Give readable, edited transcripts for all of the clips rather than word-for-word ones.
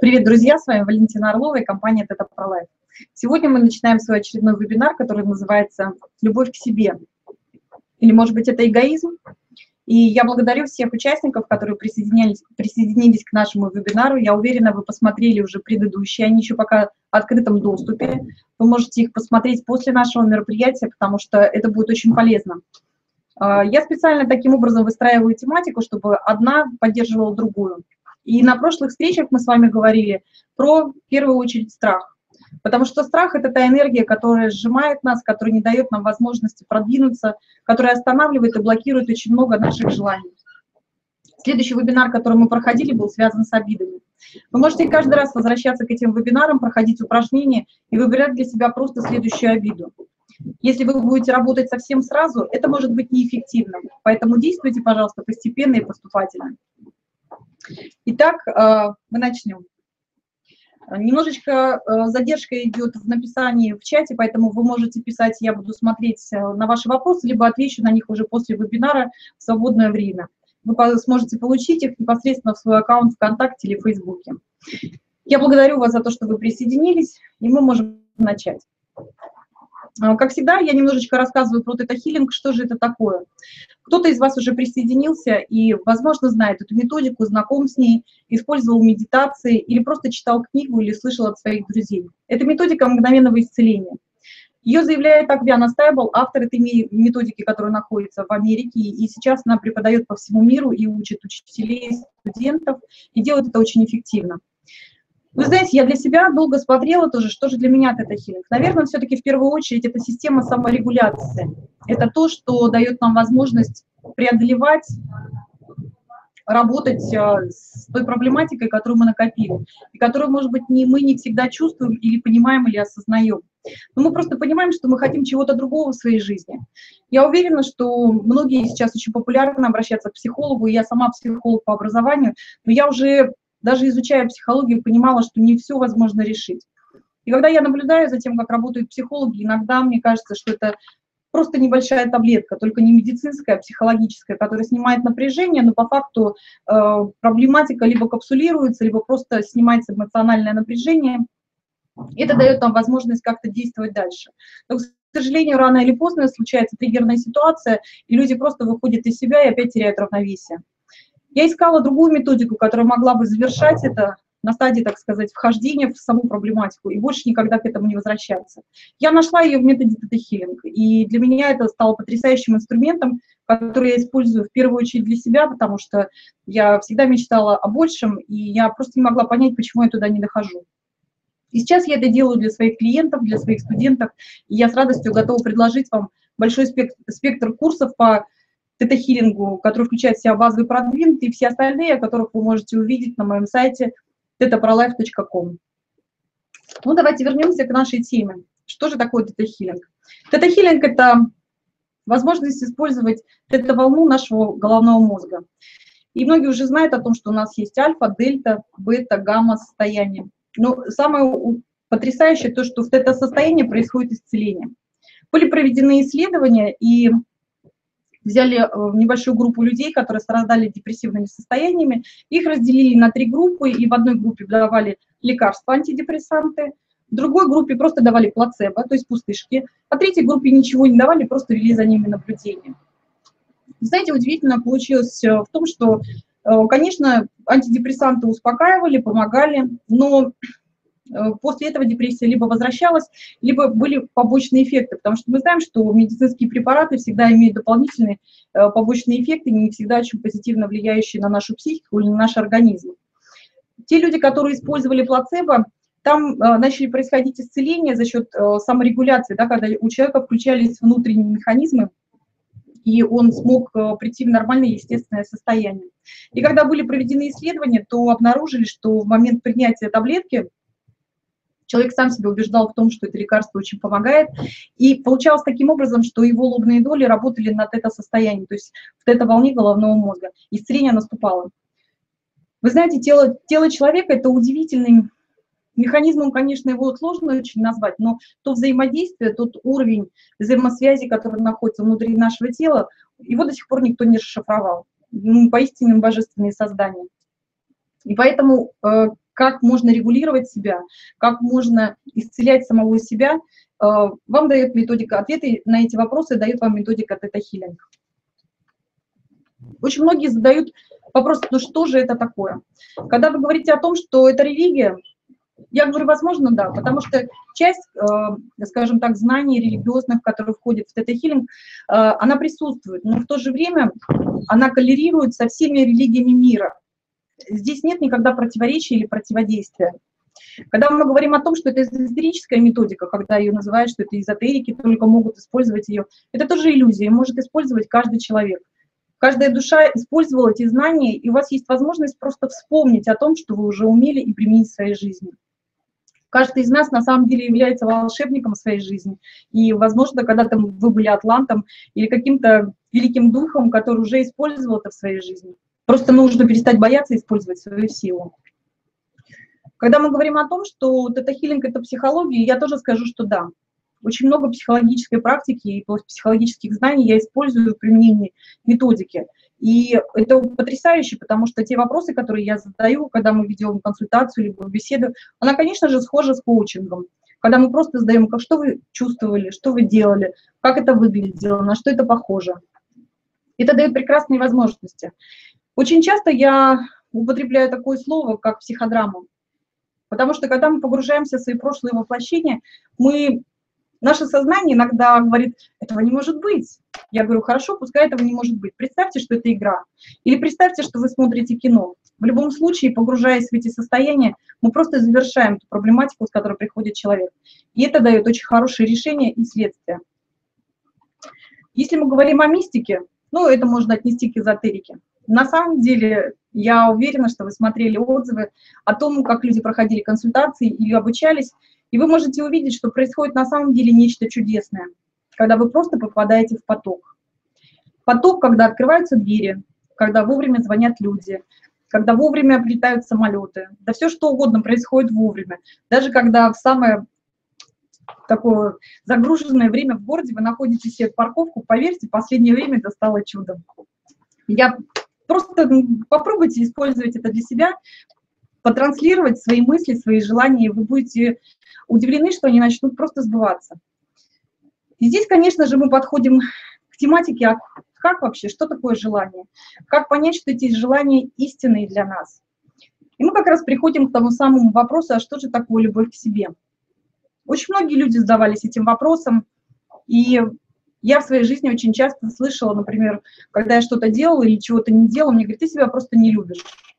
Привет, друзья! С вами Валентина Орлова и компания Theta Pro Life. Сегодня мы начинаем свой очередной вебинар, который называется «Любовь к себе». Или, может быть, это эгоизм? И я благодарю всех участников, которые присоединились к нашему вебинару. Я уверена, вы посмотрели уже предыдущие, они еще пока в открытом доступе. Вы можете их посмотреть после нашего мероприятия, потому что это будет очень полезно. Я специально таким образом выстраиваю тематику, чтобы одна поддерживала другую. И на прошлых встречах мы с вами говорили про, в первую очередь, страх. Потому что страх – это та энергия, которая сжимает нас, которая не дает нам возможности продвинуться, которая останавливает и блокирует очень много наших желаний. Следующий вебинар, который мы проходили, был связан с обидами. Вы можете каждый раз возвращаться к этим вебинарам, проходить упражнения и выбирать для себя просто следующую обиду. Если вы будете работать совсем сразу, это может быть неэффективным. Поэтому действуйте, пожалуйста, постепенно и поступательно. Итак, мы начнем. Немножечко задержка идет в написании в чате, поэтому вы можете писать, я буду смотреть на ваши вопросы, либо отвечу на них уже после вебинара в свободное время. Вы сможете получить их непосредственно в свой аккаунт ВКонтакте или в Фейсбуке. Я благодарю вас за то, что вы присоединились, и мы можем начать. Как всегда, я немножечко рассказываю про тета-хилинг, что же это такое. Кто-то из вас уже присоединился и, возможно, знает эту методику, знаком с ней, использовал медитации или просто читал книгу или слышал от своих друзей. Это методика мгновенного исцеления. Ее заявляет Аквиана Стайбл, автор этой методики, которая находится в Америке, и сейчас она преподает по всему миру и учит учителей, студентов, и делает это очень эффективно. Вы знаете, я для себя долго смотрела тоже, что же для меня тета-хилинг. Наверное, все-таки в первую очередь это система саморегуляции. Это то, что дает нам возможность преодолевать, работать с той проблематикой, которую мы накопили, и которую, может быть, мы не всегда чувствуем или понимаем, или осознаем. Но мы просто понимаем, что мы хотим чего-то другого в своей жизни. Я уверена, что многие сейчас очень популярно обращаться к психологу, и я сама психолог по образованию, но я уже, даже изучая психологию, понимала, что не все возможно решить. И когда я наблюдаю за тем, как работают психологи, иногда мне кажется, что это просто небольшая таблетка, только не медицинская, а психологическая, которая снимает напряжение, но по факту проблематика либо капсулируется, либо просто снимается эмоциональное напряжение. Это дает нам возможность как-то действовать дальше. Но, к сожалению, рано или поздно случается триггерная ситуация, и люди просто выходят из себя и опять теряют равновесие. Я искала другую методику, которая могла бы завершать это на стадии, так сказать, вхождения в саму проблематику и больше никогда к этому не возвращаться. Я нашла ее в методе тета-хилинг, и для меня это стало потрясающим инструментом, который я использую в первую очередь для себя, потому что я всегда мечтала о большем, и я просто не могла понять, почему я туда не дохожу. И сейчас я это делаю для своих клиентов, для своих студентов, и я с радостью готова предложить вам большой спектр курсов по тета-хилингу, который включает в себя базовый продвинутый и все остальные, о которых вы можете увидеть на моем сайте thetaprolife.com. Ну, давайте вернемся к нашей теме. Что же такое тета-хилинг? Тета-хилинг – это возможность использовать тета-волну нашего головного мозга. И многие уже знают о том, что у нас есть альфа, дельта, бета, гамма состояние. Но самое потрясающее то, что в тета-состоянии происходит исцеление. Были проведены исследования, и взяли небольшую группу людей, которые страдали депрессивными состояниями, их разделили на 3 группы, и в одной группе давали лекарства, антидепрессанты, в другой группе просто давали плацебо, то есть пустышки, а третьей группе ничего не давали, просто вели за ними наблюдение. Знаете, удивительно получилось в том, что, конечно, антидепрессанты успокаивали, помогали, но после этого депрессия либо возвращалась, либо были побочные эффекты, потому что мы знаем, что медицинские препараты всегда имеют дополнительные побочные эффекты, не всегда очень позитивно влияющие на нашу психику или на наш организм. Те люди, которые использовали плацебо, там начали происходить исцеления за счет саморегуляции, да, когда у человека включались внутренние механизмы, и он смог прийти в нормальное естественное состояние. И когда были проведены исследования, то обнаружили, что в момент принятия таблетки человек сам себя убеждал в том, что это лекарство очень помогает, и получалось таким образом, что его лобные доли работали на тета-состоянии, то есть в тета-волне головного мозга. Исцеление наступало. Вы знаете, тело человека – это удивительный механизмом, конечно, его сложно очень назвать, но то взаимодействие, тот уровень взаимосвязи, который находится внутри нашего тела, его до сих пор никто не расшифровал. Поистине божественные создания. И поэтому как можно регулировать себя, как можно исцелять самого себя, вам дает методика, ответы на эти вопросы дает вам методика тета-хилинг. Очень многие задают вопрос, ну что же это такое? Когда вы говорите о том, что это религия, я говорю, возможно, да, потому что часть, скажем так, знаний религиозных, которые входят в тета-хилинг, она присутствует, но в то же время она коллерирует со всеми религиями мира. Здесь нет никогда противоречия или противодействия. Когда мы говорим о том, что это эзотерическая методика, когда ее называют, что это эзотерики, только могут использовать ее, это тоже иллюзия, может использовать каждый человек. Каждая душа использовала эти знания, и у вас есть возможность просто вспомнить о том, что вы уже умели и применить в своей жизни. Каждый из нас на самом деле является волшебником в своей жизни. И, возможно, когда-то вы были атлантом или каким-то великим духом, который уже использовал это в своей жизни. Просто нужно перестать бояться использовать свою силу. Когда мы говорим о том, что тета-хилинг – это психология, я тоже скажу, что да. Очень много психологической практики и психологических знаний я использую в применении методики. И это потрясающе, потому что те вопросы, которые я задаю, когда мы ведем консультацию либо беседу, она, конечно же, схожа с коучингом. Когда мы просто задаем, что вы чувствовали, что вы делали, как это выглядело, на что это похоже. Это дает прекрасные возможности. Очень часто я употребляю такое слово, как психодрама. Потому что когда мы погружаемся в свои прошлые воплощения, наше сознание иногда говорит, этого не может быть. Я говорю, хорошо, пускай этого не может быть. Представьте, что это игра. Или представьте, что вы смотрите кино. В любом случае, погружаясь в эти состояния, мы просто завершаем ту проблематику, с которой приходит человек. И это дает очень хорошее решение и следствие. Если мы говорим о мистике, это можно отнести к эзотерике. На самом деле, я уверена, что вы смотрели отзывы о том, как люди проходили консультации или обучались, и вы можете увидеть, что происходит на самом деле нечто чудесное, когда вы просто попадаете в поток. Поток, когда открываются двери, когда вовремя звонят люди, когда вовремя прилетают самолеты, да все что угодно происходит вовремя. Даже когда в самое такое загруженное время в городе вы находите себе парковку, поверьте, в последнее время это стало чудом. Просто попробуйте использовать это для себя, потранслировать свои мысли, свои желания, и вы будете удивлены, что они начнут просто сбываться. И здесь, конечно же, мы подходим к тематике, а как вообще, что такое желание? Как понять, что эти желания истинные для нас? И мы как раз приходим к тому самому вопросу, а что же такое любовь к себе? Очень многие люди задавались этим вопросом, и я в своей жизни очень часто слышала, например, когда я что-то делала или чего-то не делала, мне говорят, ты себя просто не любишь.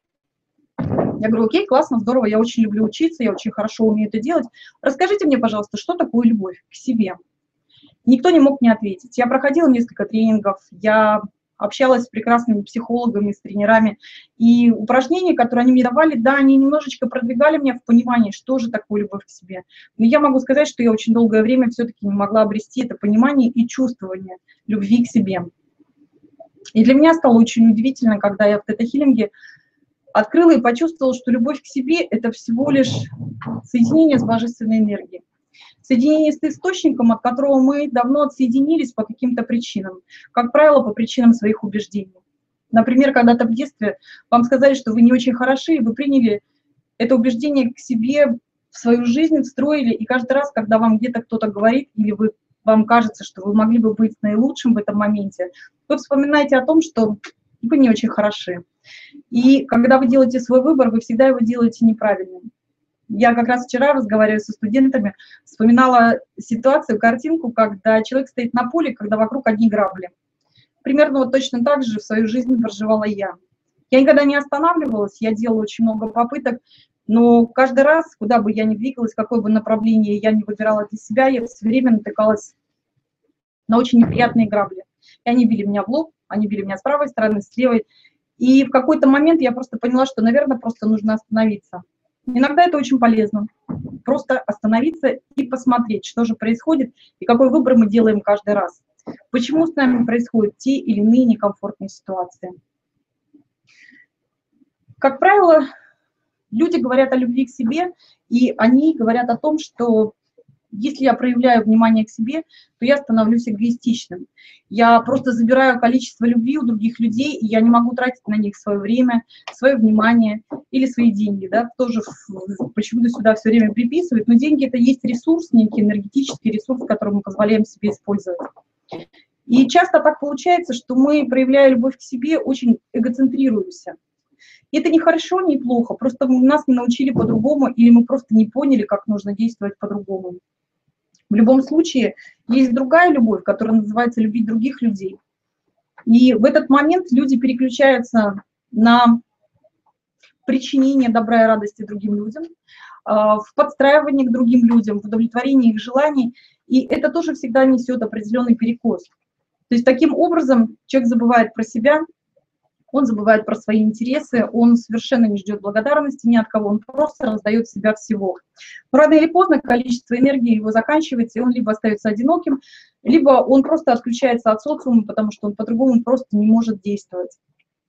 Я говорю, окей, классно, здорово, я очень люблю учиться, я очень хорошо умею это делать. Расскажите мне, пожалуйста, что такое любовь к себе? Никто не мог мне ответить. Я проходила несколько тренингов, я общалась с прекрасными психологами, с тренерами, и упражнения, которые они мне давали, да, они немножечко продвигали меня в понимании, что же такое любовь к себе. Но я могу сказать, что я очень долгое время все-таки не могла обрести это понимание и чувствование любви к себе. И для меня стало очень удивительно, когда я в тета-хилинге открыла и почувствовала, что любовь к себе – это всего лишь соединение с божественной энергией. Соединение с источником, от которого мы давно отсоединились по каким-то причинам. Как правило, по причинам своих убеждений. Например, когда-то в детстве вам сказали, что вы не очень хороши, и вы приняли это убеждение к себе в свою жизнь, встроили, и каждый раз, когда вам где-то кто-то говорит, или вам кажется, что вы могли бы быть наилучшим в этом моменте, вы вспоминаете о том, что вы не очень хороши. И когда вы делаете свой выбор, вы всегда его делаете неправильным. Я как раз вчера, разговаривая со студентами, вспоминала ситуацию, картинку, когда человек стоит на поле, когда вокруг одни грабли. Примерно вот точно так же в свою жизнь проживала я. Я никогда не останавливалась, я делала очень много попыток, но каждый раз, куда бы я ни двигалась, какое бы направление я ни выбирала для себя, я все время натыкалась на очень неприятные грабли. И они били меня в лоб, они били меня с правой стороны, с левой. И в какой-то момент я просто поняла, что, наверное, просто нужно остановиться. Иногда это очень полезно. Просто остановиться и посмотреть, что же происходит и какой выбор мы делаем каждый раз. Почему с нами происходят те или иные некомфортные ситуации. Как правило, люди говорят о любви к себе, и они говорят о том, что Если я проявляю внимание к себе, то я становлюсь эгоистичным. Я просто забираю количество любви у других людей, и я не могу тратить на них свое время, свое внимание или свои деньги. Да? Тоже почему-то сюда все время приписывают. Но деньги — это есть ресурс, некий энергетический ресурс, который мы позволяем себе использовать. И часто так получается, что мы, проявляя любовь к себе, очень эгоцентрируемся. И это не хорошо, не плохо, просто нас не научили по-другому, или мы просто не поняли, как нужно действовать по-другому. В любом случае, есть другая любовь, которая называется любить других людей. И в этот момент люди переключаются на причинение добра и радости другим людям, в подстраивание к другим людям, в удовлетворение их желаний. И это тоже всегда несет определенный перекос. То есть таким образом человек забывает про себя, он забывает про свои интересы, он совершенно не ждет благодарности ни от кого, он просто раздает себя всего. Но рано или поздно количество энергии его заканчивается, и он либо остается одиноким, либо он просто отключается от социума, потому что он по-другому просто не может действовать.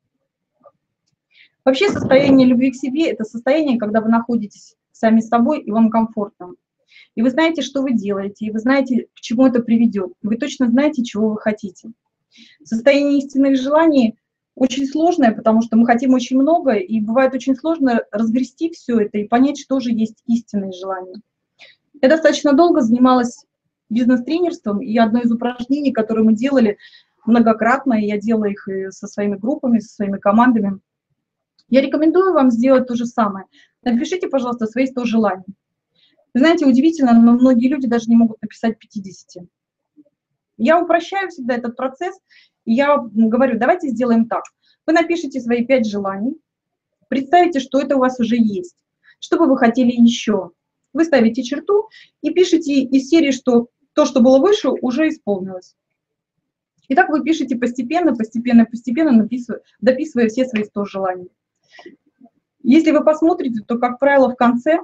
Вообще состояние любви к себе — это состояние, когда вы находитесь сами с собой, и вам комфортно. И вы знаете, что вы делаете, и вы знаете, к чему это приведет. И вы точно знаете, чего вы хотите. Состояние истинных желаний очень сложное, потому что мы хотим очень много, и бывает очень сложно разгрести все это и понять, что же есть истинные желания. Я достаточно долго занималась бизнес-тренерством, и одно из упражнений, которое мы делали многократно, и я делала их и со своими группами, со своими командами, я рекомендую вам сделать то же самое. Напишите, пожалуйста, свои 100 желаний. Вы знаете, удивительно, но многие люди даже не могут написать 50. Я упрощаю всегда этот процесс, и я говорю, давайте сделаем так. Вы напишите свои 5 желаний, представите, что это у вас уже есть. Что бы вы хотели еще? Вы ставите черту и пишите из серии, что то, что было выше, уже исполнилось. И так вы пишете постепенно, дописывая все свои 100 желаний. Если вы посмотрите, то, как правило, в конце,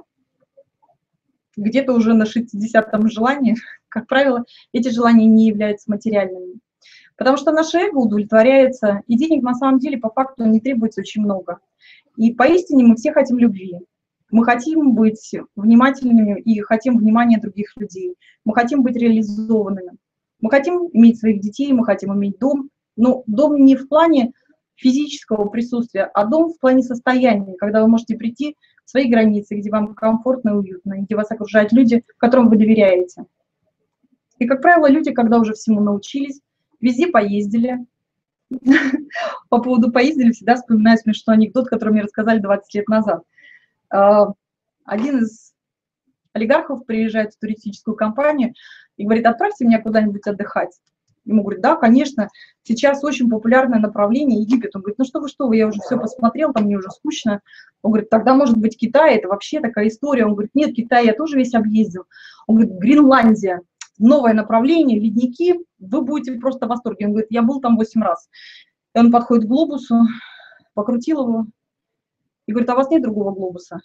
где-то уже на 60-м желании, как правило, эти желания не являются материальными. Потому что наше эго удовлетворяется, и денег на самом деле по факту не требуется очень много. И поистине мы все хотим любви. Мы хотим быть внимательными и хотим внимания других людей. Мы хотим быть реализованными. Мы хотим иметь своих детей, мы хотим иметь дом. Но дом не в плане физического присутствия, а дом в плане состояния, когда вы можете прийти в свои границы, где вам комфортно и уютно, где вас окружают люди, которым вы доверяете. И, как правило, люди, когда уже всему научились, везде поездили. По поводу поездили всегда вспоминаю смешной анекдот, который мне рассказали 20 лет назад. Один из олигархов приезжает в туристическую компанию и говорит, отправьте меня куда-нибудь отдыхать. Ему говорит, да, конечно, сейчас очень популярное направление Египет. Он говорит, ну что вы, я уже все посмотрел, там мне уже скучно. Он говорит, тогда может быть Китай, это вообще такая история. Он говорит, нет, Китай я тоже весь объездил. Он говорит, Гренландия, новое направление, ледники, вы будете просто в восторге. Он говорит, я был там 8 раз. И он подходит к глобусу, покрутил его и говорит, а у вас нет другого глобуса?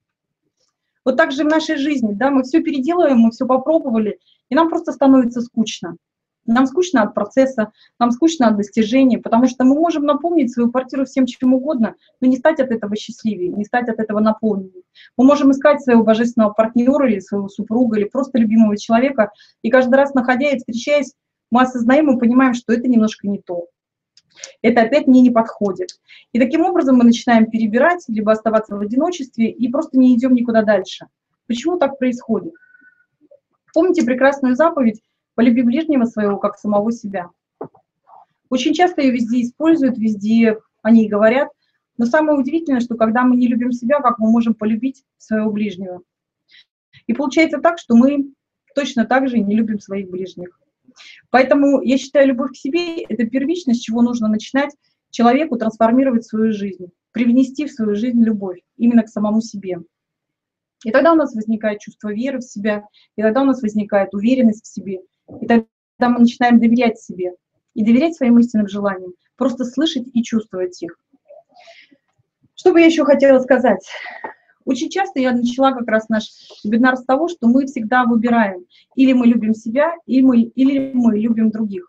Вот так же в нашей жизни, да, мы все переделываем, мы все попробовали, и нам просто становится скучно. Нам скучно от процесса, нам скучно от достижений, потому что мы можем наполнить свою квартиру всем чем угодно, но не стать от этого счастливее, не стать от этого наполненнее. Мы можем искать своего божественного партнера или своего супруга, или просто любимого человека, и каждый раз, находя и встречаясь, мы осознаем и понимаем, что это немножко не то. Это опять мне не подходит. И таким образом мы начинаем перебирать, либо оставаться в одиночестве, и просто не идем никуда дальше. Почему так происходит? Помните прекрасную заповедь «Полюби ближнего своего, как самого себя». Очень часто ее везде используют, везде о ней говорят, но самое удивительное, что когда мы не любим себя, как мы можем полюбить своего ближнего? И получается так, что мы точно так же не любим своих ближних. Поэтому я считаю, любовь к себе – это первично, с чего нужно начинать человеку трансформировать свою жизнь, привнести в свою жизнь любовь именно к самому себе. И тогда у нас возникает чувство веры в себя, и тогда у нас возникает уверенность в себе, и тогда мы начинаем доверять себе и доверять своим истинным желаниям, просто слышать и чувствовать их. Что бы я еще хотела сказать? Очень часто я начала как раз наш вебинар с того, что мы всегда выбираем, или мы любим себя, или мы любим других.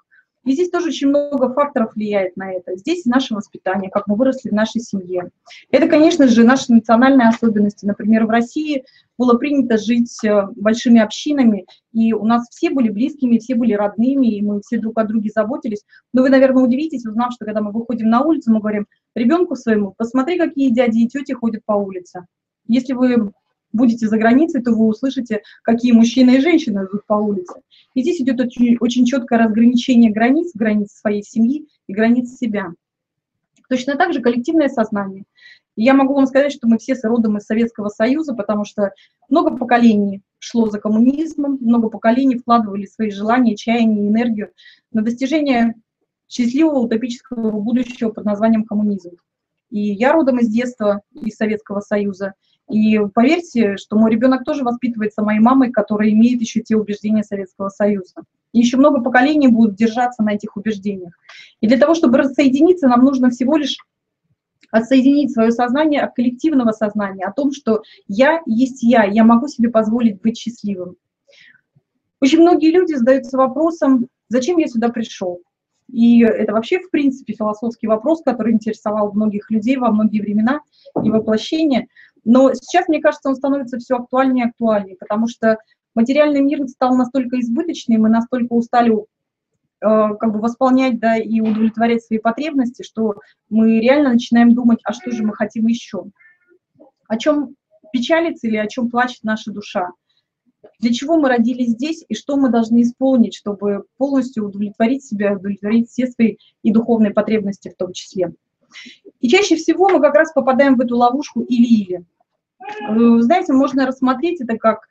И здесь тоже очень много факторов влияет на это. Здесь наше воспитание, как мы выросли в нашей семье. Это, конечно же, наши национальные особенности. Например, в России было принято жить большими общинами, и у нас все были близкими, все были родными, и мы все друг о друге заботились. Но вы, наверное, удивитесь, узнав, что когда мы выходим на улицу, мы говорим ребенку своему: посмотри, какие дяди и тети ходят по улице. Если вы будете за границей, то вы услышите, какие мужчины и женщины идут по улице. И здесь идет очень, очень четкое разграничение границ своей семьи и границ себя. Точно так же коллективное сознание. И я могу вам сказать, что мы все родом из Советского Союза, потому что много поколений шло за коммунизмом, много поколений вкладывали свои желания, чаяния, энергию на достижение счастливого утопического будущего под названием коммунизм. И я родом из детства, из Советского Союза. И поверьте, что мой ребенок тоже воспитывается моей мамой, которая имеет еще те убеждения Советского Союза. И еще много поколений будут держаться на этих убеждениях. И для того, чтобы рассоединиться, нам нужно всего лишь отсоединить свое сознание от коллективного сознания, о том, что я есть я могу себе позволить быть счастливым. Очень многие люди задаются вопросом, зачем я сюда пришел? И это вообще, в принципе, философский вопрос, который интересовал многих людей во многие времена и воплощения. Но сейчас, мне кажется, он становится все актуальнее и актуальнее, потому что материальный мир стал настолько избыточный, мы настолько устали как бы восполнять, да, и удовлетворять свои потребности, что мы реально начинаем думать, а что же мы хотим еще? О чем печалится или о чем плачет наша душа? Для чего мы родились здесь и что мы должны исполнить, чтобы полностью удовлетворить себя, удовлетворить все свои и духовные потребности в том числе. И чаще всего мы как раз попадаем в эту ловушку или-или. Знаете, можно рассмотреть это как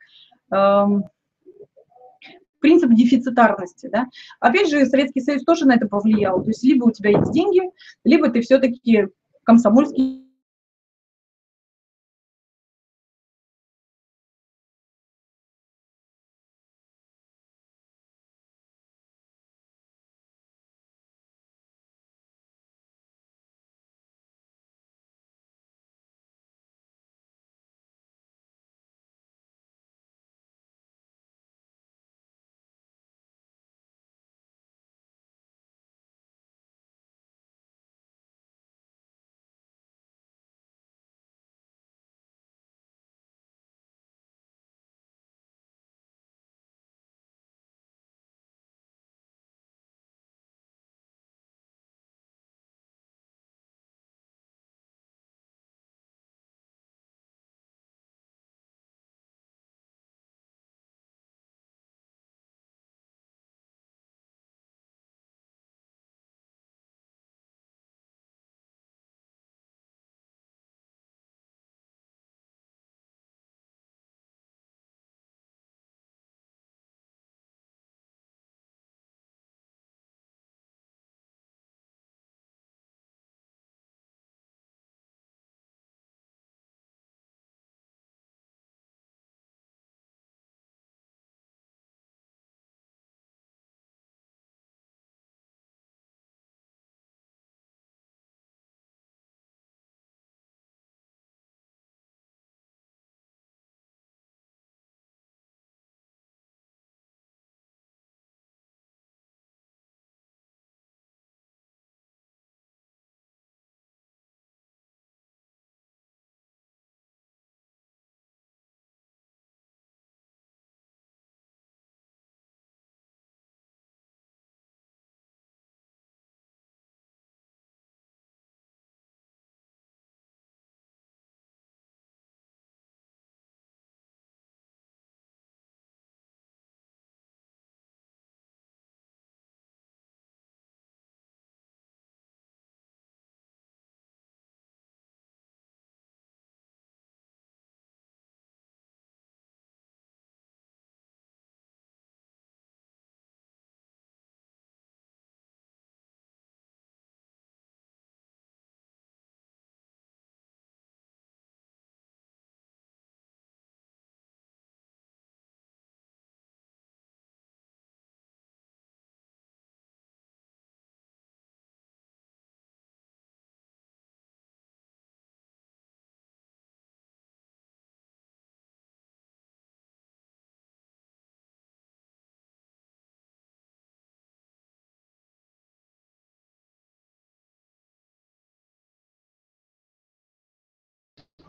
принцип дефицитарности. Да? Опять же, Советский Союз тоже на это повлиял. То есть либо у тебя есть деньги, либо ты все-таки комсомольский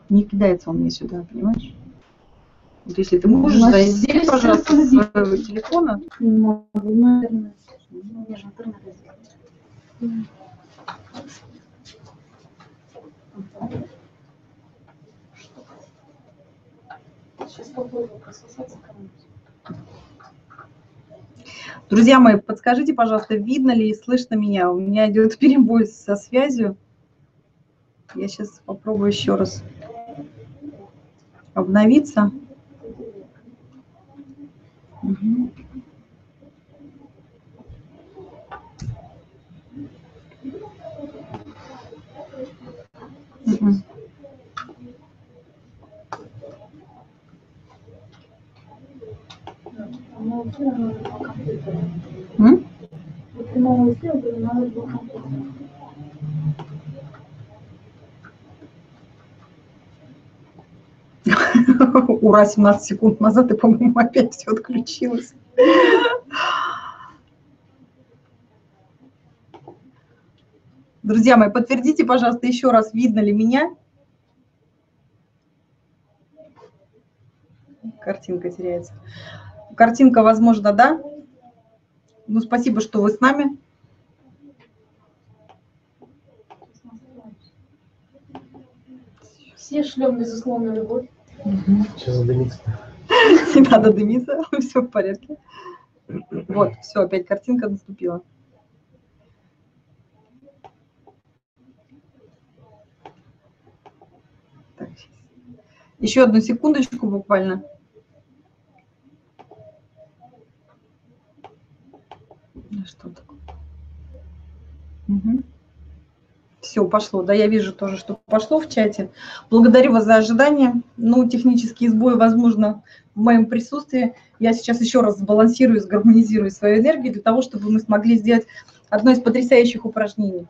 Не кидается он мне сюда, понимаешь? Вот если ты можешь, зайди, пожалуйста, с своего телефона. Не могу, наверное. Я же интернет сделала. Сейчас попробую присосаться кому-нибудь. Друзья мои, подскажите, пожалуйста, видно ли и слышно меня? У меня идет перебой со связью. Я сейчас попробую еще раз обновиться. Угу. Угу. Ура, 17 секунд назад, и, по-моему, опять все отключилось. Друзья мои, подтвердите, пожалуйста, еще раз, видно ли меня. Картинка теряется. Картинка, возможно, да? Ну, спасибо, что вы с нами. Все шлем, безусловно, любовь. Сейчас задымится. Не надо дымиться, все в порядке. Вот, все, опять картинка наступила. Так, еще одну секундочку буквально. Что такое? Угу. Все, пошло. Да, я вижу тоже, что пошло в чате. Благодарю вас за ожидание. Ну, технические сбои, возможно, в моем присутствии. Я сейчас еще раз сбалансирую, сгармонизирую свою энергию для того, чтобы мы смогли сделать одно из потрясающих упражнений.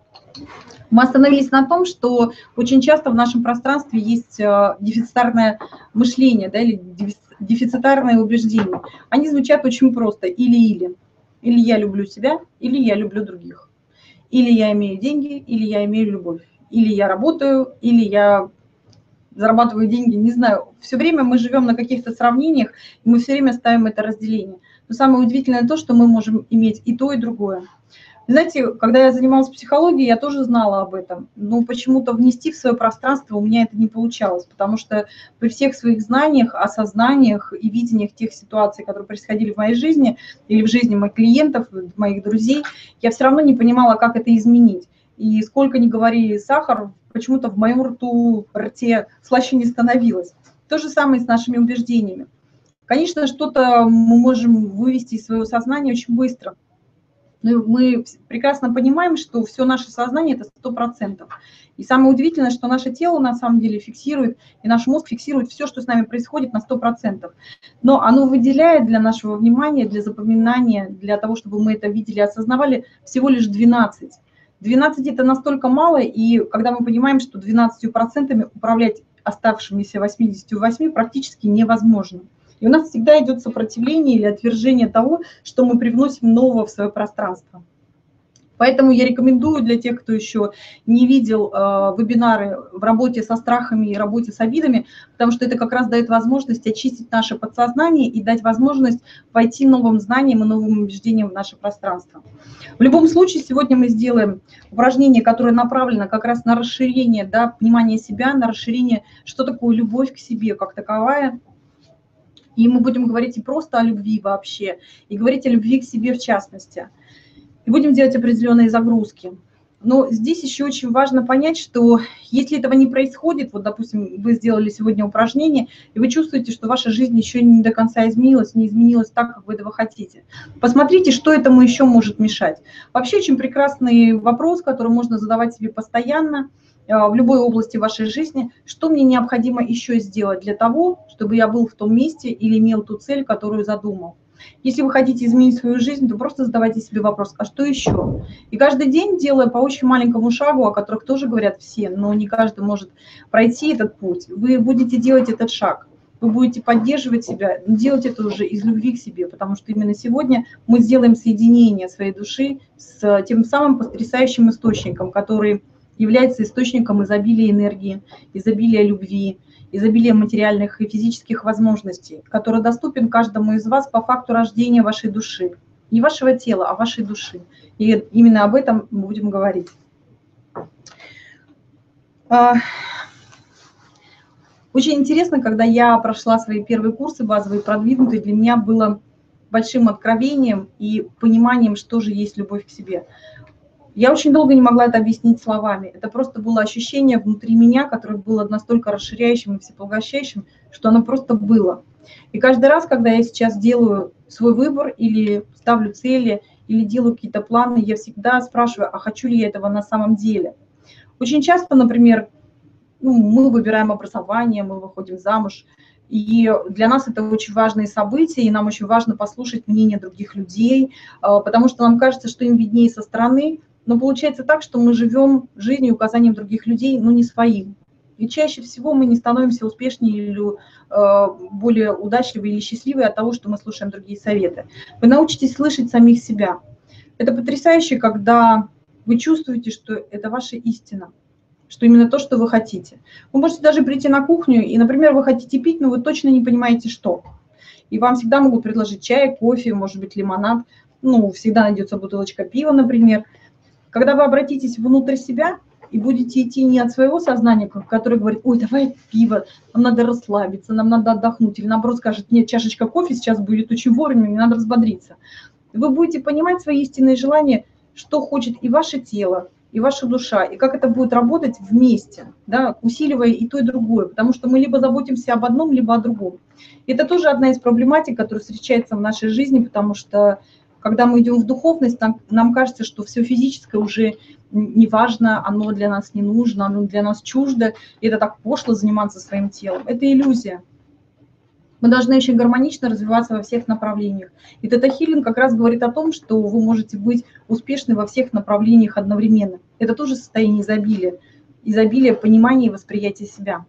Мы остановились на том, что очень часто в нашем пространстве есть дефицитарное мышление, да, или дефицитарные убеждения. Они звучат очень просто: или-или. Или я люблю себя, или я люблю других. Или я имею деньги, или я имею любовь. Или я работаю, или я зарабатываю деньги. Не знаю, все время мы живем на каких-то сравнениях, и мы все время ставим это разделение. Но самое удивительное то, что мы можем иметь и то, и другое. Знаете, когда я занималась психологией, я тоже знала об этом, но почему-то внести в свое пространство у меня это не получалось, потому что при всех своих знаниях, осознаниях и видениях тех ситуаций, которые происходили в моей жизни или в жизни моих клиентов, моих друзей, я все равно не понимала, как это изменить. И сколько ни говори сахар, почему-то в моем рте слаще не становилось. То же самое с нашими убеждениями. Конечно, что-то мы можем вывести из своего сознания очень быстро. Но мы прекрасно понимаем, что все наше сознание – это 100%. И самое удивительное, что наше тело на самом деле фиксирует, и наш мозг фиксирует все, что с нами происходит, на 100%. Но оно выделяет для нашего внимания, для запоминания, для того, чтобы мы это видели и осознавали, всего лишь 12. 12 – это настолько мало, и когда мы понимаем, что 12% управлять оставшимися 88 практически невозможно. И у нас всегда идет сопротивление или отвержение того, что мы привносим нового в свое пространство. Поэтому я рекомендую для тех, кто еще не видел вебинары в работе со страхами и работе с обидами, потому что это как раз дает возможность очистить наше подсознание и дать возможность войти новым знаниям и новым убеждениям в наше пространство. В любом случае, сегодня мы сделаем упражнение, которое направлено как раз на расширение, да, понимания себя, на расширение, что такое любовь к себе как таковая. И мы будем говорить и просто о любви вообще, и говорить о любви к себе в частности. И будем делать определенные загрузки. Но здесь еще очень важно понять, что если этого не происходит, вот, допустим, вы сделали сегодня упражнение, и вы чувствуете, что ваша жизнь еще не до конца изменилась, не изменилась так, как вы этого хотите. Посмотрите, что этому еще может мешать. Вообще очень прекрасный вопрос, который можно задавать себе постоянно, в любой области вашей жизни, что мне необходимо еще сделать для того, чтобы я был в том месте или имел ту цель, которую задумал. Если вы хотите изменить свою жизнь, то просто задавайте себе вопрос, а что еще? И каждый день, делая по очень маленькому шагу, о которых тоже говорят все, но не каждый может пройти этот путь, вы будете делать этот шаг, вы будете поддерживать себя, но делать это уже из любви к себе, потому что именно сегодня мы сделаем соединение своей души с тем самым потрясающим источником, который является источником изобилия энергии, изобилия любви, изобилия материальных и физических возможностей, который доступен каждому из вас по факту рождения вашей души. Не вашего тела, а вашей души. И именно об этом мы будем говорить. Очень интересно, когда я прошла свои первые курсы базовые, продвинутые, для меня было большим откровением и пониманием, что же есть любовь к себе. Я очень долго не могла это объяснить словами. Это просто было ощущение внутри меня, которое было настолько расширяющим и всепоглощающим, что оно просто было. И каждый раз, когда я сейчас делаю свой выбор или ставлю цели, или делаю какие-то планы, я всегда спрашиваю, а хочу ли я этого на самом деле. Очень часто, например, мы выбираем образование, мы выходим замуж, и для нас это очень важные события, и нам очень важно послушать мнение других людей, потому что нам кажется, что им виднее со стороны, но получается так, что мы живем жизнью указанием других людей, но не своим. И чаще всего мы не становимся успешнее или более удачливы или счастливы от того, что мы слушаем другие советы. Вы научитесь слышать самих себя. Это потрясающе, когда вы чувствуете, что это ваша истина, что именно то, что вы хотите. Вы можете даже прийти на кухню, и, например, вы хотите пить, но вы точно не понимаете, что. И вам всегда могут предложить чай, кофе, может быть, лимонад, всегда найдется бутылочка пива, например. Когда вы обратитесь внутрь себя и будете идти не от своего сознания, которое говорит, ой, давай пиво, нам надо расслабиться, нам надо отдохнуть, или наоборот скажет, нет, чашечка кофе сейчас будет очень вовремя, мне надо взбодриться. Вы будете понимать свои истинные желания, что хочет и ваше тело, и ваша душа, и как это будет работать вместе, да, усиливая и то, и другое, потому что мы либо заботимся об одном, либо о другом. И это тоже одна из проблематик, которая встречается в нашей жизни, потому что когда мы идем в духовность, нам кажется, что все физическое уже не важно, оно для нас не нужно, оно для нас чуждо, и это так пошло заниматься своим телом. Это иллюзия. Мы должны очень гармонично развиваться во всех направлениях. И тета-хилинг как раз говорит о том, что вы можете быть успешны во всех направлениях одновременно. Это тоже состояние изобилия понимания и восприятия себя.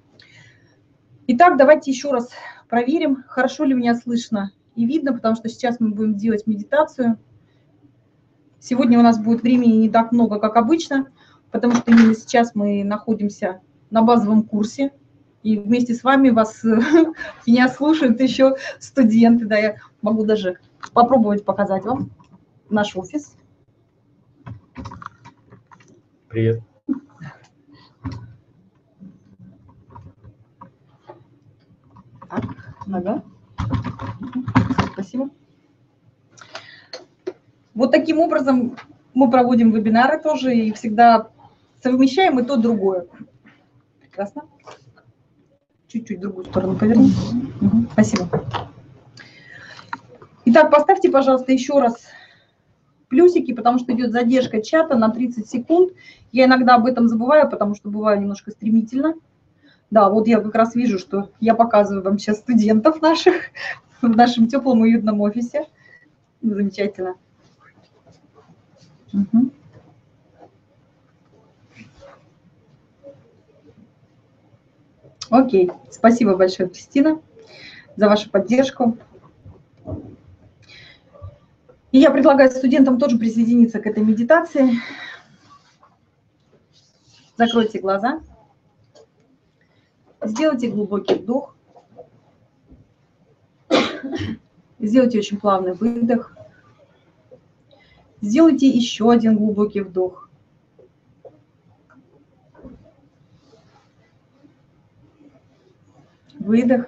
Итак, давайте еще раз проверим, хорошо ли меня слышно и видно, потому что сейчас мы будем делать медитацию. Сегодня у нас будет времени не так много, как обычно, потому что именно сейчас мы находимся на базовом курсе. И вместе с вами меня слушают еще студенты. Да, я могу даже попробовать показать вам наш офис. Привет. Так, ага. Спасибо. Вот таким образом мы проводим вебинары тоже и всегда совмещаем и то, и другое. Прекрасно. Чуть-чуть в другую сторону поверни. Угу. Спасибо. Итак, поставьте, пожалуйста, еще раз плюсики, потому что идет задержка чата на 30 секунд. Я иногда об этом забываю, потому что бываю немножко стремительно. Да, вот я как раз вижу, что я показываю вам сейчас студентов наших в нашем теплом уютном офисе. Замечательно. Угу. Окей, спасибо большое, Кристина, за вашу поддержку. И я предлагаю студентам тоже присоединиться к этой медитации. Закройте глаза. Сделайте глубокий вдох. Сделайте очень плавный выдох. Сделайте еще один глубокий вдох. Выдох.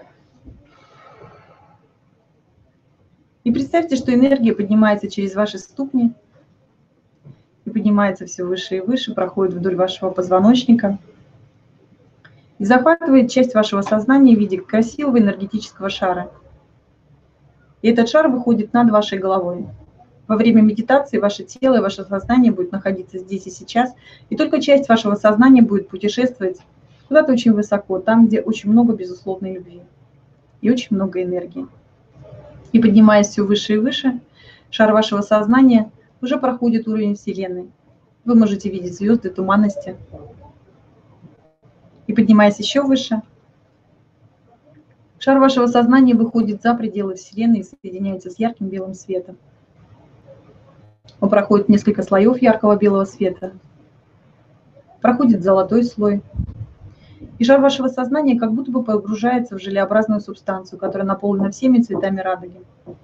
И представьте, что энергия поднимается через ваши ступни и поднимается все выше и выше, проходит вдоль вашего позвоночника и захватывает часть вашего сознания в виде красивого энергетического шара. И этот шар выходит над вашей головой. Во время медитации ваше тело и ваше сознание будет находиться здесь и сейчас, и только часть вашего сознания будет путешествовать куда-то очень высоко, там, где очень много безусловной любви и очень много энергии. И поднимаясь все выше и выше, шар вашего сознания уже проходит уровень Вселенной. Вы можете видеть звезды, туманности. И поднимаясь еще выше, шар вашего сознания выходит за пределы Вселенной и соединяется с ярким белым светом. Он проходит несколько слоев яркого белого света. проходит золотой слой. И шар вашего сознания как будто бы погружается в желеобразную субстанцию, которая наполнена всеми цветами радуги.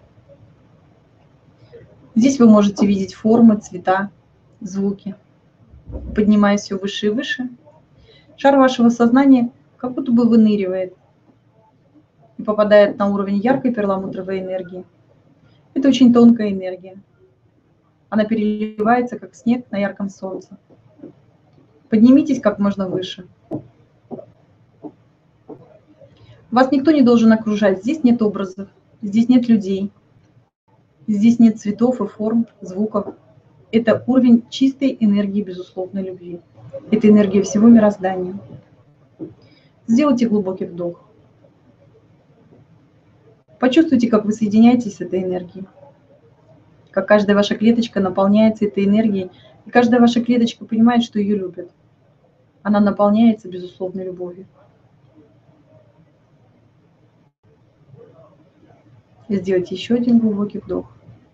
Здесь вы можете видеть формы, цвета, звуки. Поднимаясь все выше и выше, шар вашего сознания как будто бы выныривает и попадает на уровень яркой перламутровой энергии. Это очень тонкая энергия. Она переливается, как снег на ярком солнце. Поднимитесь как можно выше. Вас никто не должен окружать. Здесь нет образов, здесь нет людей, здесь нет цветов и форм, звуков. Это уровень чистой энергии безусловной любви. Это энергия всего мироздания. Сделайте глубокий вдох. Почувствуйте, как вы соединяетесь с этой энергией, как каждая ваша клеточка наполняется этой энергией, и каждая ваша клеточка понимает, что ее любят. Она наполняется безусловной любовью. И сделайте еще один глубокий вдох.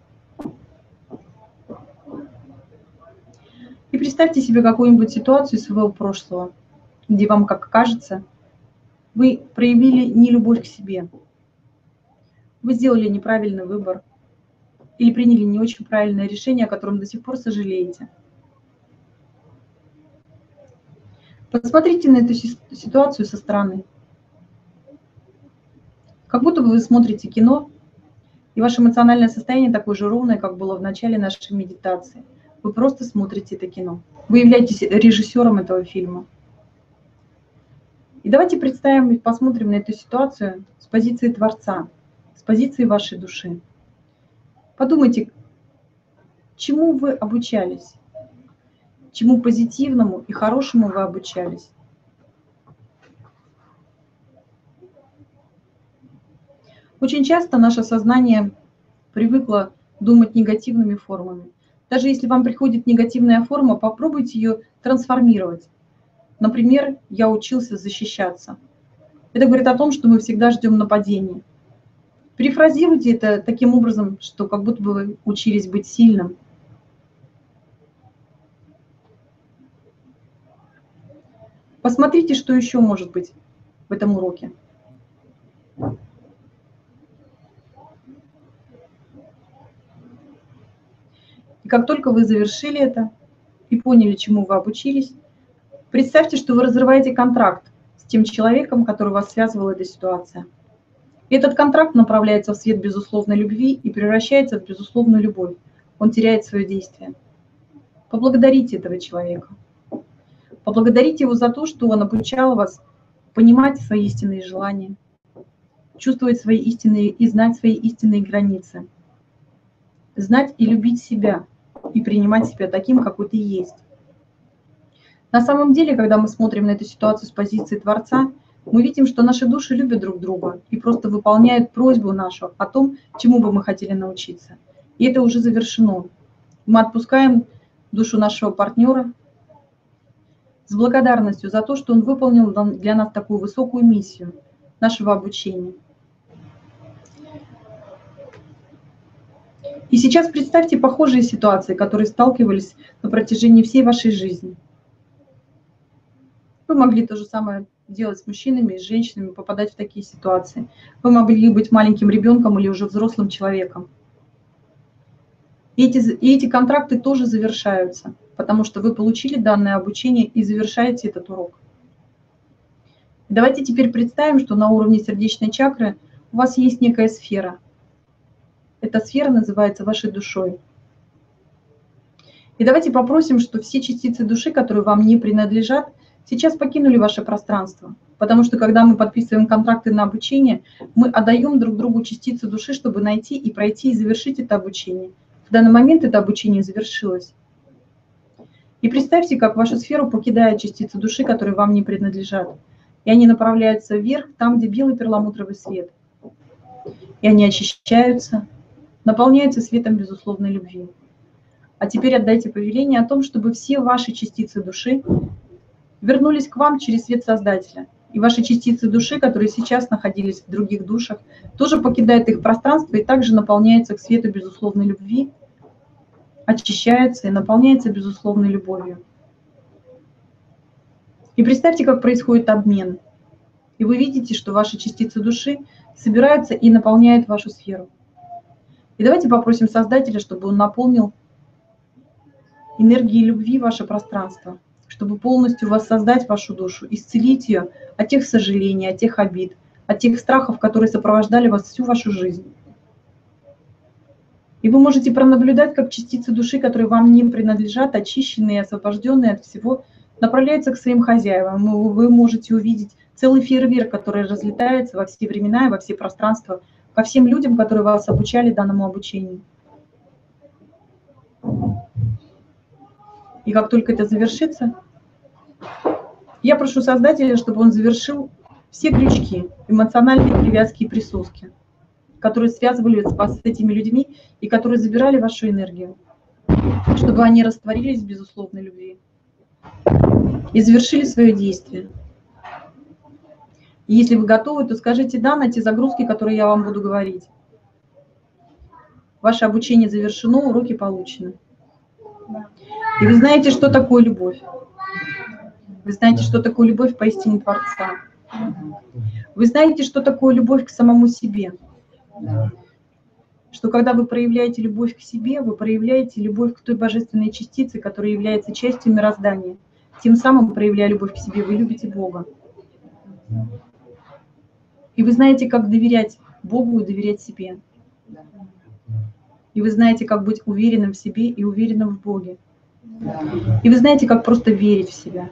И представьте себе какую-нибудь ситуацию своего прошлого, где вам, как кажется, вы проявили нелюбовь к себе. Вы сделали неправильный выбор или приняли не очень правильное решение, о котором до сих пор сожалеете. Посмотрите на эту ситуацию со стороны. Как будто бы вы смотрите кино, и ваше эмоциональное состояние такое же ровное, как было в начале нашей медитации. Вы просто смотрите это кино. Вы являетесь режиссером этого фильма. И давайте представим и посмотрим на эту ситуацию с позиции Творца, с позиции вашей души. Подумайте, чему вы обучались, чему позитивному и хорошему вы обучались. Очень часто наше сознание привыкло думать негативными формами. Даже если вам приходит негативная форма, попробуйте ее трансформировать. Например, я учился защищаться. Это говорит о том, что мы всегда ждем нападения. Перефразируйте это таким образом, что как будто бы вы учились быть сильным. Посмотрите, что еще может быть в этом уроке. И как только вы завершили это и поняли, чему вы обучились, представьте, что вы разрываете контракт с тем человеком, который вас связывала эта ситуация. И этот контракт направляется в свет безусловной любви и превращается в безусловную любовь. Он теряет свое действие. Поблагодарите этого человека. Поблагодарите его за то, что он обучал вас понимать свои истинные желания, чувствовать свои истинные и знать свои истинные границы, знать и любить себя, и принимать себя таким, какой ты есть. На самом деле, когда мы смотрим на эту ситуацию с позиции Творца, мы видим, что наши души любят друг друга и просто выполняют просьбу нашу о том, чему бы мы хотели научиться. И это уже завершено. Мы отпускаем душу нашего партнера с благодарностью за то, что он выполнил для нас такую высокую миссию нашего обучения. И сейчас представьте похожие ситуации, которые сталкивались на протяжении всей вашей жизни. Вы могли то же самое делать с мужчинами и с женщинами, попадать в такие ситуации. Вы могли быть маленьким ребенком или уже взрослым человеком. И эти контракты тоже завершаются, потому что вы получили данное обучение и завершаете этот урок. Давайте теперь представим, что на уровне сердечной чакры у вас есть некая сфера. Эта сфера называется вашей душой. И давайте попросим, что все частицы души, которые вам не принадлежат, сейчас покинули ваше пространство. Потому что когда мы подписываем контракты на обучение, мы отдаем друг другу частицу души, чтобы найти и пройти и завершить это обучение. В данный момент это обучение завершилось. И представьте, как вашу сферу покидают частицы души, которые вам не принадлежат. И они направляются вверх, там, где белый перламутровый свет. И они очищаются, наполняются светом безусловной любви. А теперь отдайте повеление о том, чтобы все ваши частицы души вернулись к вам через свет Создателя. И ваши частицы души, которые сейчас находились в других душах, тоже покидают их пространство и также наполняются к свету безусловной любви, очищаются и наполняются безусловной любовью. И представьте, как происходит обмен. И вы видите, что ваши частицы души собираются и наполняют вашу сферу. И давайте попросим Создателя, чтобы он наполнил энергией любви ваше пространство, чтобы полностью воссоздать вашу душу, исцелить ее от тех сожалений, от тех обид, от тех страхов, которые сопровождали вас всю вашу жизнь. И вы можете пронаблюдать, как частицы души, которые вам не принадлежат, очищенные, освобожденные от всего, направляются к своим хозяевам. Вы можете увидеть целый фейерверк, который разлетается во все времена и во все пространства, ко всем людям, которые вас обучали данному обучению. И как только это завершится, я прошу Создателя, чтобы он завершил все крючки, эмоциональные привязки и присоски, которые связывали вас с этими людьми и которые забирали вашу энергию, чтобы они растворились в безусловной любви и завершили свое действие. И если вы готовы, то скажите «да» на те загрузки, которые я вам буду говорить. Ваше обучение завершено, уроки получены. И вы знаете, что такое любовь. Вы знаете, что такое любовь поистине Творца. Вы знаете, что такое любовь к самому себе. Что когда вы проявляете любовь к себе, вы проявляете любовь к той божественной частице, которая является частью мироздания. Тем самым, проявляя любовь к себе, вы любите Бога. И вы знаете, как доверять Богу и доверять себе. И вы знаете, как быть уверенным в себе и уверенным в Боге. И вы знаете, как просто верить в себя.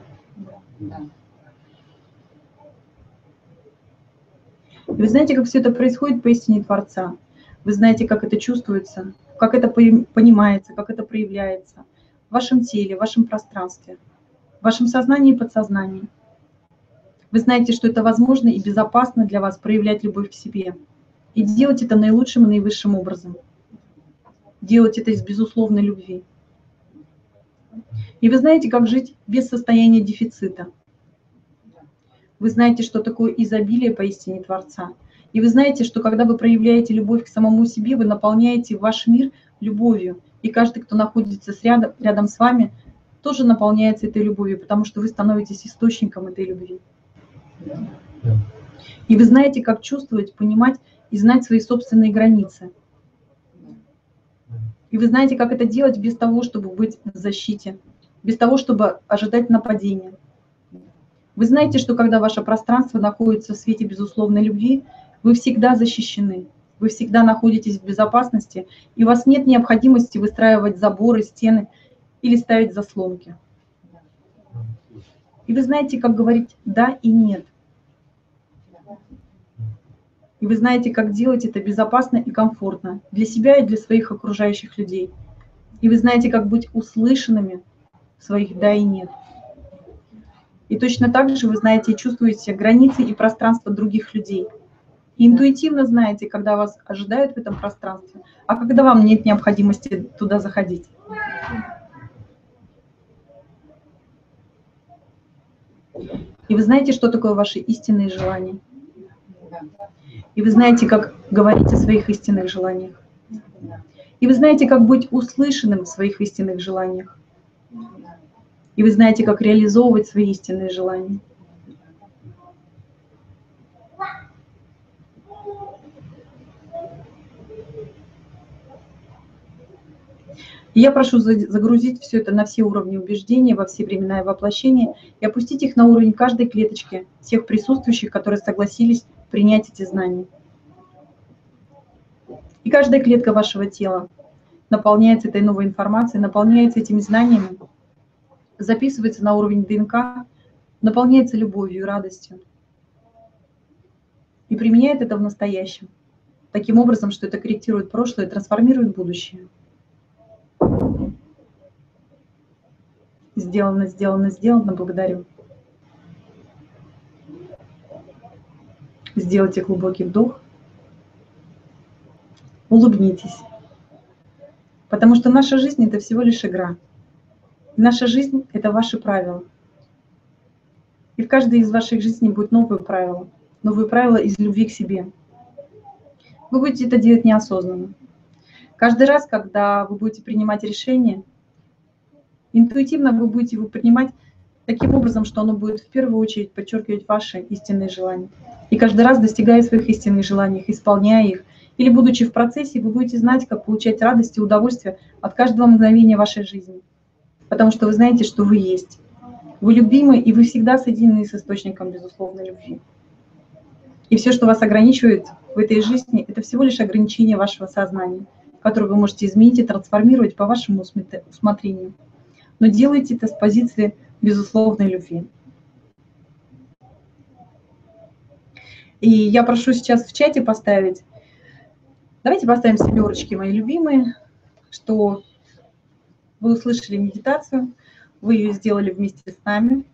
И вы знаете, как все это происходит поистине Творца. Вы знаете, как это чувствуется, как это понимается, как это проявляется в вашем теле, в вашем пространстве, в вашем сознании и подсознании. Вы знаете, что это возможно и безопасно для вас проявлять любовь к себе. И делать это наилучшим и наивысшим образом. Делать это из безусловной любви. И вы знаете, как жить без состояния дефицита. Вы знаете, что такое изобилие поистине Творца. И вы знаете, что когда вы проявляете любовь к самому себе, вы наполняете ваш мир любовью. И каждый, кто находится рядом с вами, тоже наполняется этой любовью, потому что вы становитесь источником этой любви. И вы знаете, как чувствовать, понимать и знать свои собственные границы. И вы знаете, как это делать без того, чтобы быть в защите, без того, чтобы ожидать нападения. Вы знаете, что когда ваше пространство находится в свете безусловной любви, вы всегда защищены, вы всегда находитесь в безопасности, и у вас нет необходимости выстраивать заборы, стены или ставить заслонки. И вы знаете, как говорить «да» и «нет». И вы знаете, как делать это безопасно и комфортно для себя и для своих окружающих людей. И вы знаете, как быть услышанными в своих «да» и «нет». И точно так же вы знаете и чувствуете границы и пространство других людей. И интуитивно знаете, когда вас ожидают в этом пространстве, а когда вам нет необходимости туда заходить. И вы знаете, что такое ваши истинные желания. И вы знаете, как говорить о своих истинных желаниях. И вы знаете, как быть услышанным в своих истинных желаниях. И вы знаете, как реализовывать свои истинные желания. И я прошу загрузить все это на все уровни убеждения, во все времена и воплощения, и опустить их на уровень каждой клеточки, всех присутствующих, которые согласились принять эти знания. И каждая клетка вашего тела наполняется этой новой информацией, наполняется этими знаниями, записывается на уровень ДНК, наполняется любовью и радостью. И применяет это в настоящем. Таким образом, что это корректирует прошлое и трансформирует будущее. Сделано, сделано, сделано. Благодарю. Сделайте глубокий вдох. Улыбнитесь. Потому что наша жизнь – это всего лишь игра. Наша жизнь – это ваши правила. И в каждой из ваших жизней будет новые правила из любви к себе. Вы будете это делать неосознанно. Каждый раз, когда вы будете принимать решение, интуитивно вы будете его принимать таким образом, что оно будет в первую очередь подчеркивать ваши истинные желания. И каждый раз, достигая своих истинных желаний, исполняя их, или будучи в процессе, вы будете знать, как получать радость и удовольствие от каждого мгновения вашей жизни. Потому что вы знаете, что вы есть. Вы любимы, и вы всегда соединены с источником безусловной любви. И все, что вас ограничивает в этой жизни, это всего лишь ограничение вашего сознания, которое вы можете изменить и трансформировать по вашему усмотрению. Но делайте это с позиции безусловной любви. И я прошу сейчас в чате поставить, давайте поставим 7, мои любимые, что вы услышали медитацию, вы ее сделали вместе с нами.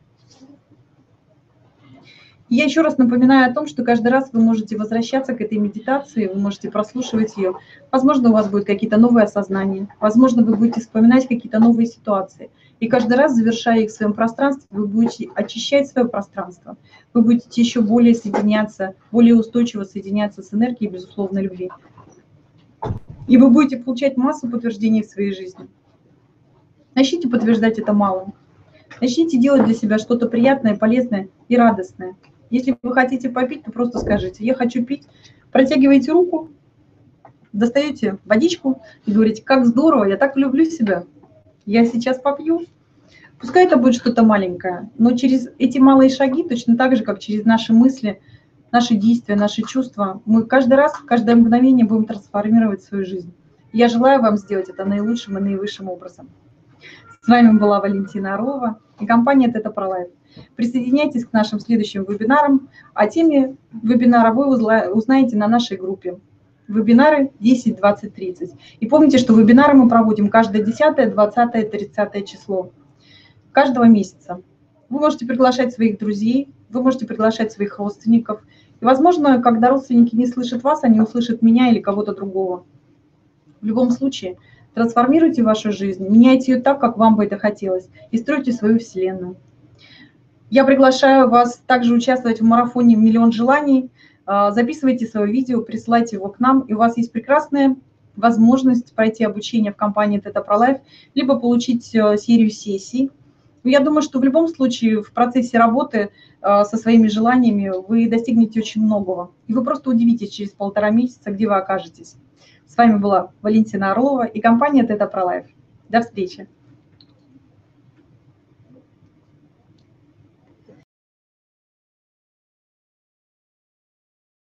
И я еще раз напоминаю о том, что каждый раз вы можете возвращаться к этой медитации, вы можете прослушивать ее. Возможно, у вас будут какие-то новые осознания, возможно, вы будете вспоминать какие-то новые ситуации. И каждый раз, завершая их в своем пространстве, вы будете очищать свое пространство, вы будете еще более соединяться, более устойчиво соединяться с энергией безусловной любви. И вы будете получать массу подтверждений в своей жизни. Начните подтверждать это малым. Начните делать для себя что-то приятное, полезное и радостное. Если вы хотите попить, то просто скажите: я хочу пить. Протягиваете руку, достаете водичку и говорите: как здорово, я так люблю себя, я сейчас попью. Пускай это будет что-то маленькое, но через эти малые шаги, точно так же, как через наши мысли, наши действия, наши чувства, мы каждый раз, каждое мгновение будем трансформировать свою жизнь. Я желаю вам сделать это наилучшим и наивысшим образом. С вами была Валентина Орлова и компания Theta Pro Life. Присоединяйтесь к нашим следующим вебинарам. О теме вебинара вы узнаете на нашей группе. Вебинары 10, 20, 30. И помните, что вебинары мы проводим каждое 10, 20, 30 число каждого месяца. Вы можете приглашать своих друзей, вы можете приглашать своих родственников. И, возможно, когда родственники не слышат вас, они услышат меня или кого-то другого. В любом случае, трансформируйте вашу жизнь, меняйте ее так, как вам бы это хотелось, и стройте свою вселенную. Я приглашаю вас также участвовать в марафоне «Миллион желаний». Записывайте свое видео, присылайте его к нам, и у вас есть прекрасная возможность пройти обучение в компании Theta Pro Life, либо получить серию сессий. Я думаю, что в любом случае в процессе работы со своими желаниями вы достигнете очень многого. И вы просто удивитесь через 1,5 месяца, где вы окажетесь. С вами была Валентина Орлова и компания Theta Pro Life. До встречи!